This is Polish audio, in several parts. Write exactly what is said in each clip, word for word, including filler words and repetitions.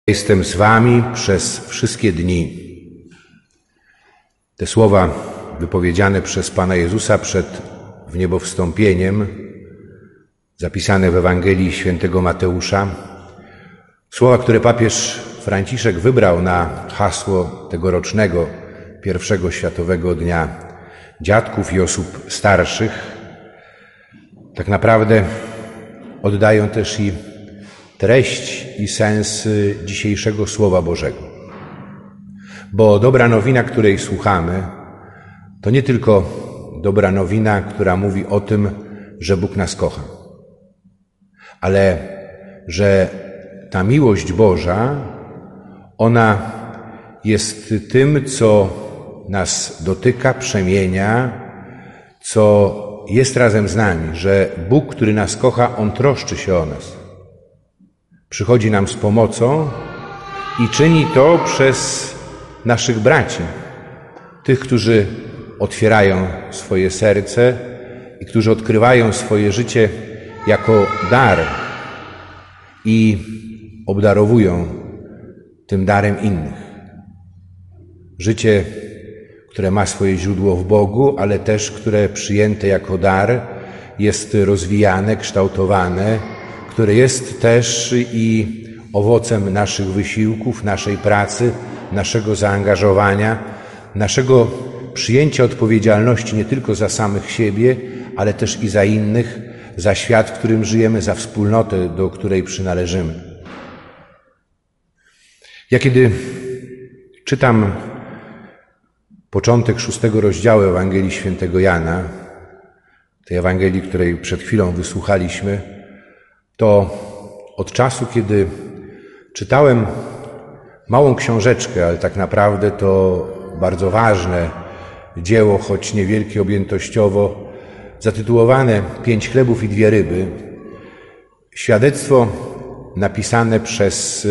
Jestem z wami przez wszystkie dni. Te słowa wypowiedziane przez Pana Jezusa przed wniebowstąpieniem, zapisane w Ewangelii Świętego Mateusza, słowa, które papież Franciszek wybrał na hasło tegorocznego pierwszego Światowego Dnia Dziadków i Osób Starszych, tak naprawdę oddają też i treść i sens dzisiejszego Słowa Bożego. Bo dobra nowina, której słuchamy, to nie tylko dobra nowina, która mówi o tym, że Bóg nas kocha, ale że ta miłość Boża, ona jest tym, co nas dotyka, przemienia, co jest razem z nami, że Bóg, który nas kocha, On troszczy się o nas. Przychodzi nam z pomocą i czyni to przez naszych braci, tych, którzy otwierają swoje serce i którzy odkrywają swoje życie jako dar i obdarowują tym darem innych. Życie, które ma swoje źródło w Bogu, ale też które przyjęte jako dar jest rozwijane, kształtowane, które jest też i owocem naszych wysiłków, naszej pracy, naszego zaangażowania, naszego przyjęcia odpowiedzialności nie tylko za samych siebie, ale też i za innych, za świat, w którym żyjemy, za wspólnotę, do której przynależymy. Ja kiedy czytam początek szóstego rozdziału Ewangelii Świętego Jana, tej Ewangelii, której przed chwilą wysłuchaliśmy, to od czasu, kiedy czytałem małą książeczkę, ale tak naprawdę to bardzo ważne dzieło, choć niewielkie objętościowo, zatytułowane Pięć chlebów i dwie ryby, świadectwo napisane przez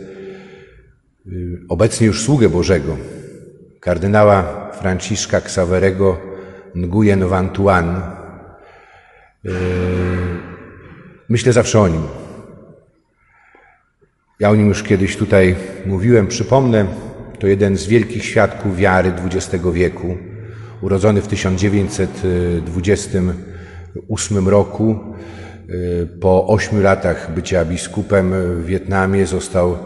obecnie już sługę Bożego, kardynała Franciszka Xaverego Nguyen Van Thuan. Myślę zawsze o nim. Ja o nim już kiedyś tutaj mówiłem, przypomnę, to jeden z wielkich świadków wiary dwudziestego wieku, urodzony w tysiąc dziewięćset dwudziestym ósmym roku. Po ośmiu latach bycia biskupem w Wietnamie został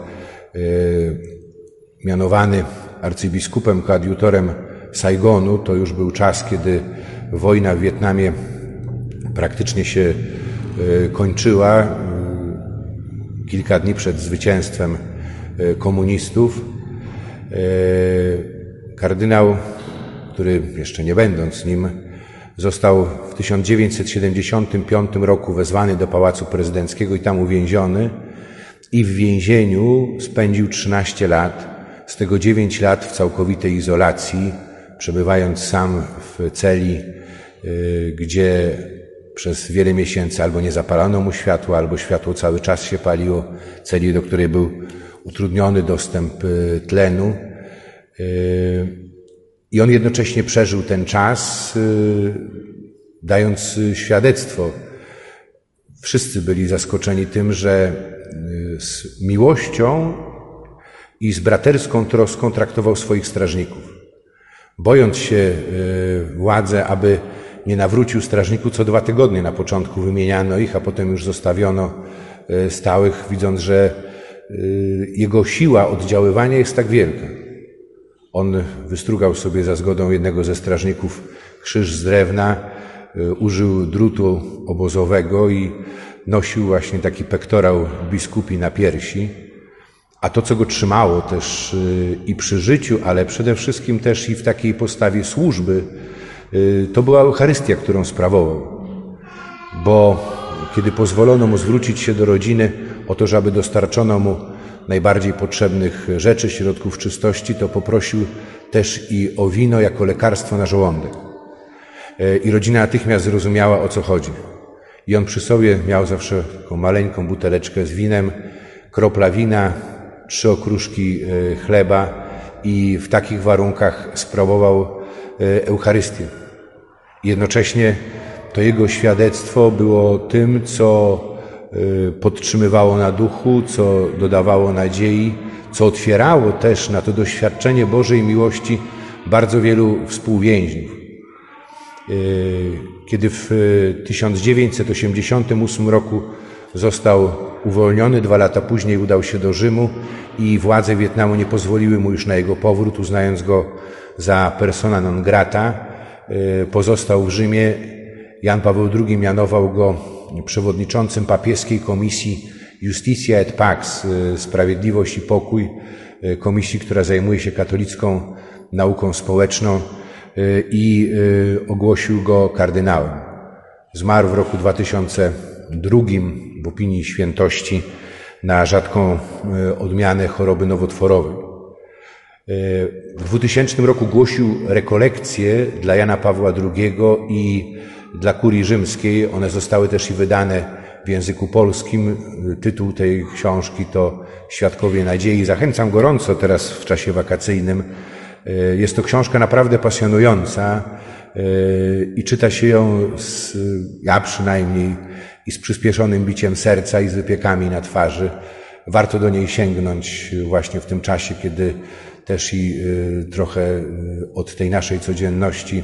mianowany arcybiskupem, koadjutorem Saigonu. To już był czas, kiedy wojna w Wietnamie praktycznie się kończyła, kilka dni przed zwycięstwem komunistów. Kardynał, który jeszcze nie będąc nim, został w tysiąc dziewięćset siedemdziesiątym piątym roku wezwany do Pałacu Prezydenckiego i tam uwięziony. I w więzieniu spędził trzynaście lat, z tego dziewięć lat w całkowitej izolacji, przebywając sam w celi, gdzie przez wiele miesięcy albo nie zapalano mu światła, albo światło cały czas się paliło, celi, do której był utrudniony dostęp tlenu. I on jednocześnie przeżył ten czas, dając świadectwo. Wszyscy byli zaskoczeni tym, że z miłością i z braterską troską traktował swoich strażników. Bojąc się władzy, aby nie nawrócił strażników, co dwa tygodnie na początku wymieniano ich, a potem już zostawiono stałych, widząc, że jego siła oddziaływania jest tak wielka. On wystrugał sobie za zgodą jednego ze strażników krzyż z drewna, użył drutu obozowego i nosił właśnie taki pektorał biskupi na piersi. A to, co go trzymało też i przy życiu, ale przede wszystkim też i w takiej postawie służby, to była Eucharystia, którą sprawował. Bo kiedy pozwolono mu zwrócić się do rodziny o to, żeby dostarczono mu najbardziej potrzebnych rzeczy, środków czystości, to poprosił też i o wino jako lekarstwo na żołądek. I rodzina natychmiast zrozumiała, o co chodzi. I on przy sobie miał zawsze taką maleńką buteleczkę z winem, kropla wina, trzy okruszki chleba i w takich warunkach sprawował Eucharystię. Jednocześnie to jego świadectwo było tym, co podtrzymywało na duchu, co dodawało nadziei, co otwierało też na to doświadczenie Bożej miłości bardzo wielu współwięźniów. Kiedy w tysiąc dziewięćset osiemdziesiątym ósmym roku został uwolniony, dwa lata później udał się do Rzymu i władze Wietnamu nie pozwoliły mu już na jego powrót, uznając go za persona non grata. Pozostał w Rzymie. Jan Paweł drugi mianował go przewodniczącym papieskiej komisji Justitia et Pax, Sprawiedliwość i Pokój, komisji, która zajmuje się katolicką nauką społeczną, i ogłosił go kardynałem. Zmarł w roku dwa tysiące drugim w opinii świętości na rzadką odmianę choroby nowotworowej. W dwutysięcznym roku głosił rekolekcje dla Jana Pawła drugiego i dla kurii rzymskiej. One zostały też i wydane w języku polskim. Tytuł tej książki to Świadkowie Nadziei. Zachęcam gorąco teraz w czasie wakacyjnym. Jest to książka naprawdę pasjonująca i czyta się ją, z, ja przynajmniej, i z przyspieszonym biciem serca i z wypiekami na twarzy. Warto do niej sięgnąć właśnie w tym czasie, kiedy też i trochę od tej naszej codzienności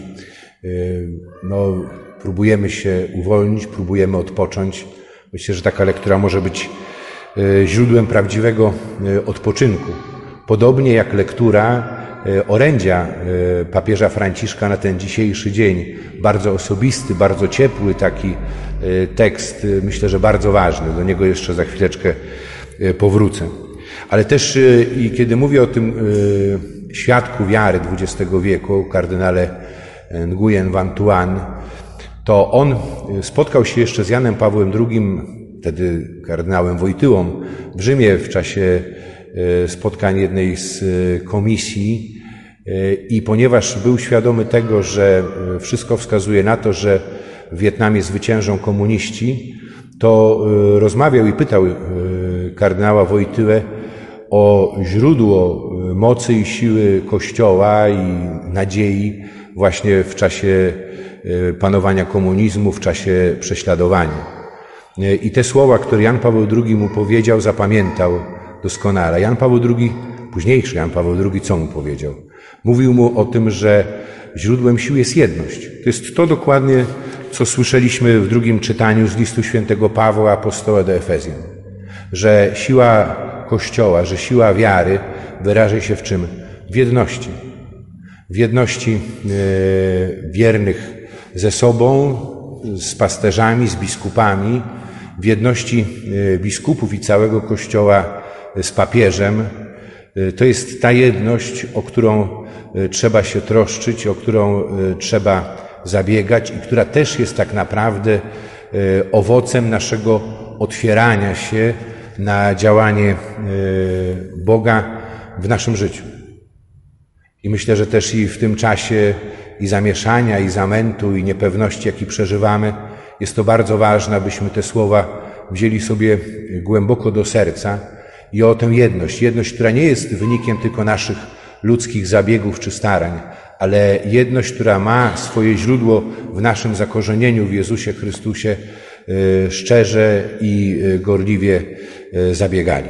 no, próbujemy się uwolnić, próbujemy odpocząć. Myślę, że taka lektura może być źródłem prawdziwego odpoczynku. Podobnie jak lektura orędzia papieża Franciszka na ten dzisiejszy dzień. Bardzo osobisty, bardzo ciepły taki tekst, myślę, że bardzo ważny. Do niego jeszcze za chwileczkę powrócę. Ale też i kiedy mówię o tym świadku wiary dwudziestego wieku, kardynale Nguyen Van Thuan, to on spotkał się jeszcze z Janem Pawłem drugim, wtedy kardynałem Wojtyłą, w Rzymie w czasie spotkań jednej z komisji i ponieważ był świadomy tego, że wszystko wskazuje na to, że w Wietnamie zwyciężą komuniści, to rozmawiał i pytał kardynała Wojtyłę o źródło mocy i siły Kościoła i nadziei właśnie w czasie panowania komunizmu, w czasie prześladowania. I te słowa, które Jan Paweł drugi mu powiedział, zapamiętał doskonale. Jan Paweł drugi, późniejszy Jan Paweł drugi, co mu powiedział? Mówił mu o tym, że źródłem sił jest jedność. To jest to dokładnie, co słyszeliśmy w drugim czytaniu z listu świętego Pawła, apostoła do Efezjan. Że siła Kościoła, że siła wiary wyraża się w czym? W jedności. W jedności wiernych ze sobą, z pasterzami, z biskupami, w jedności biskupów i całego Kościoła z papieżem. To jest ta jedność, o którą trzeba się troszczyć, o którą trzeba zabiegać i która też jest tak naprawdę owocem naszego otwierania się na działanie Boga w naszym życiu. I myślę, że też i w tym czasie i zamieszania, i zamętu, i niepewności, jaki przeżywamy, jest to bardzo ważne, abyśmy te słowa wzięli sobie głęboko do serca i o tę jedność. Jedność, która nie jest wynikiem tylko naszych ludzkich zabiegów czy starań, ale jedność, która ma swoje źródło w naszym zakorzenieniu w Jezusie Chrystusie, szczerze i gorliwie zabiegali.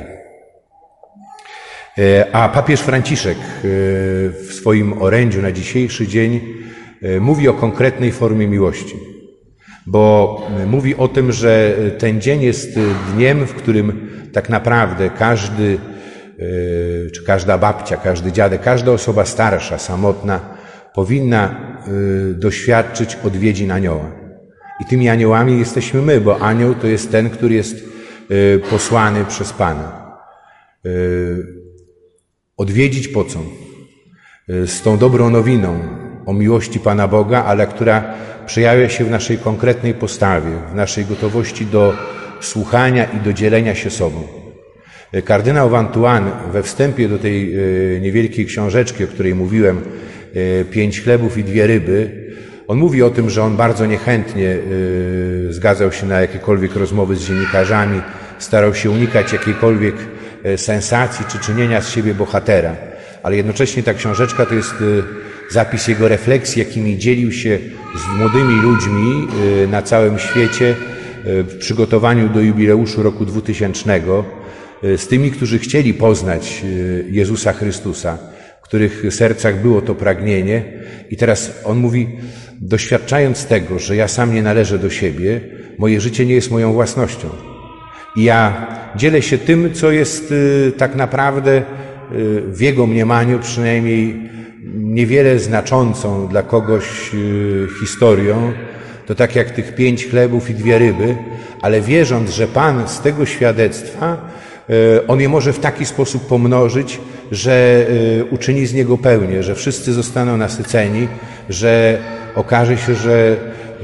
A papież Franciszek w swoim orędziu na dzisiejszy dzień mówi o konkretnej formie miłości, bo mówi o tym, że ten dzień jest dniem, w którym tak naprawdę każdy, czy każda babcia, każdy dziadek, każda osoba starsza, samotna powinna doświadczyć odwiedzin anioła. I tymi aniołami jesteśmy my, bo anioł to jest ten, który jest posłany przez Pana. Odwiedzić po co? Z tą dobrą nowiną o miłości Pana Boga, ale która przejawia się w naszej konkretnej postawie, w naszej gotowości do słuchania i do dzielenia się sobą. Kardynał Van Thuan we wstępie do tej niewielkiej książeczki, o której mówiłem, Pięć chlebów i dwie ryby, on mówi o tym, że on bardzo niechętnie zgadzał się na jakiekolwiek rozmowy z dziennikarzami, starał się unikać jakiejkolwiek sensacji czy czynienia z siebie bohatera. Ale jednocześnie ta książeczka to jest zapis jego refleksji, jakimi dzielił się z młodymi ludźmi na całym świecie w przygotowaniu do jubileuszu roku dwutysięcznego z tymi, którzy chcieli poznać Jezusa Chrystusa, w których sercach było to pragnienie. I teraz on mówi, doświadczając tego, że ja sam nie należę do siebie, moje życie nie jest moją własnością. I ja dzielę się tym, co jest tak naprawdę w jego mniemaniu przynajmniej niewiele znaczącą dla kogoś historią. To tak jak tych pięć chlebów i dwie ryby, ale wierząc, że Pan z tego świadectwa, On je może w taki sposób pomnożyć, że uczyni z niego pełnię, że wszyscy zostaną nasyceni, że okaże się, że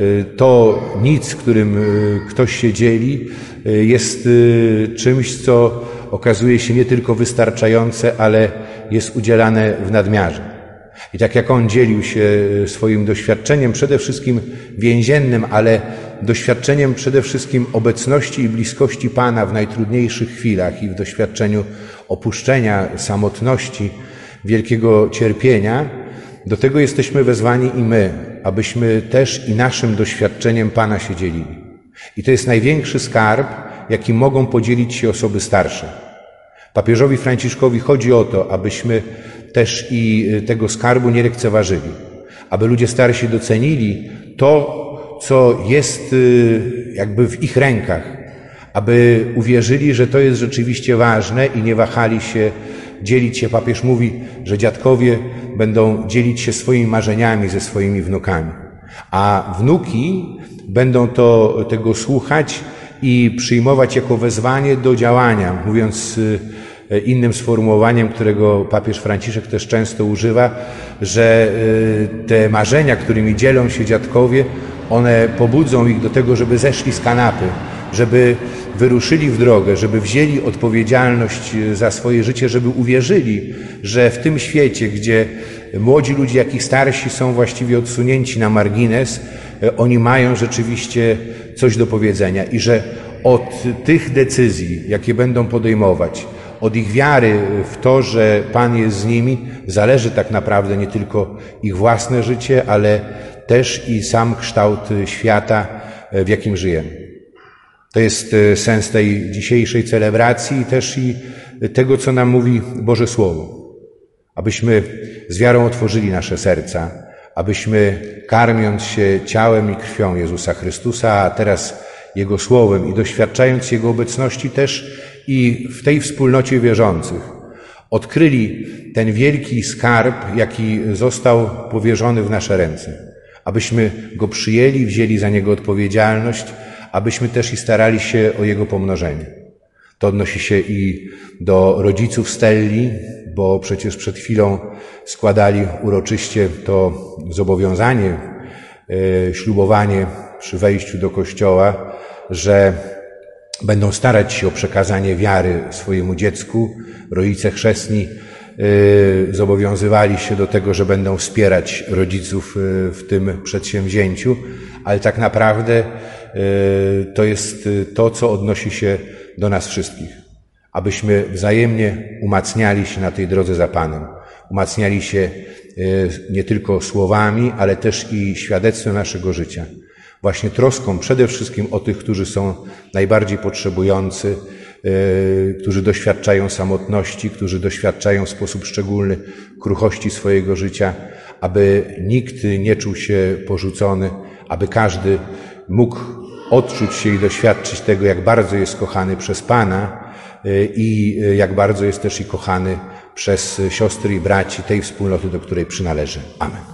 to nic, którym ktoś się dzieli, jest czymś, co okazuje się nie tylko wystarczające, ale jest udzielane w nadmiarze. I tak jak on dzielił się swoim doświadczeniem, przede wszystkim więziennym, ale doświadczeniem przede wszystkim obecności i bliskości Pana w najtrudniejszych chwilach i w doświadczeniu opuszczenia, samotności, wielkiego cierpienia, do tego jesteśmy wezwani i my, abyśmy też i naszym doświadczeniem Pana się dzielili. I to jest największy skarb, jaki mogą podzielić się osoby starsze. Papieżowi Franciszkowi chodzi o to, abyśmy też i tego skarbu nie lekceważyli, aby ludzie starsi docenili to, co jest jakby w ich rękach, aby uwierzyli, że to jest rzeczywiście ważne i nie wahali się dzielić się. Papież mówi, że dziadkowie będą dzielić się swoimi marzeniami ze swoimi wnukami, a wnuki będą to, tego słuchać i przyjmować jako wezwanie do działania, mówiąc innym sformułowaniem, którego papież Franciszek też często używa, że te marzenia, którymi dzielą się dziadkowie, one pobudzą ich do tego, żeby zeszli z kanapy, żeby wyruszyli w drogę, żeby wzięli odpowiedzialność za swoje życie, żeby uwierzyli, że w tym świecie, gdzie młodzi ludzie, jak i starsi są właściwie odsunięci na margines, oni mają rzeczywiście coś do powiedzenia i że od tych decyzji, jakie będą podejmować, od ich wiary w to, że Pan jest z nimi, zależy tak naprawdę nie tylko ich własne życie, ale też i sam kształt świata, w jakim żyjemy. To jest sens tej dzisiejszej celebracji i też i tego, co nam mówi Boże Słowo. Abyśmy z wiarą otworzyli nasze serca, abyśmy karmiąc się ciałem i krwią Jezusa Chrystusa, a teraz Jego Słowem i doświadczając Jego obecności też i w tej wspólnocie wierzących, odkryli ten wielki skarb, jaki został powierzony w nasze ręce. Abyśmy go przyjęli, wzięli za niego odpowiedzialność, abyśmy też i starali się o jego pomnożenie. To odnosi się i do rodziców Stelli, bo przecież przed chwilą składali uroczyście to zobowiązanie, e, ślubowanie przy wejściu do kościoła, że będą starać się o przekazanie wiary swojemu dziecku. Rodzice chrzestni e, zobowiązywali się do tego, że będą wspierać rodziców w tym przedsięwzięciu, ale tak naprawdę to jest to, co odnosi się do nas wszystkich. Abyśmy wzajemnie umacniali się na tej drodze za Panem. Umacniali się nie tylko słowami, ale też i świadectwem naszego życia. Właśnie troską przede wszystkim o tych, którzy są najbardziej potrzebujący, którzy doświadczają samotności, którzy doświadczają w sposób szczególny kruchości swojego życia, aby nikt nie czuł się porzucony, aby każdy mógł odczuć się i doświadczyć tego, jak bardzo jest kochany przez Pana i jak bardzo jest też i kochany przez siostry i braci tej wspólnoty, do której przynależy. Amen.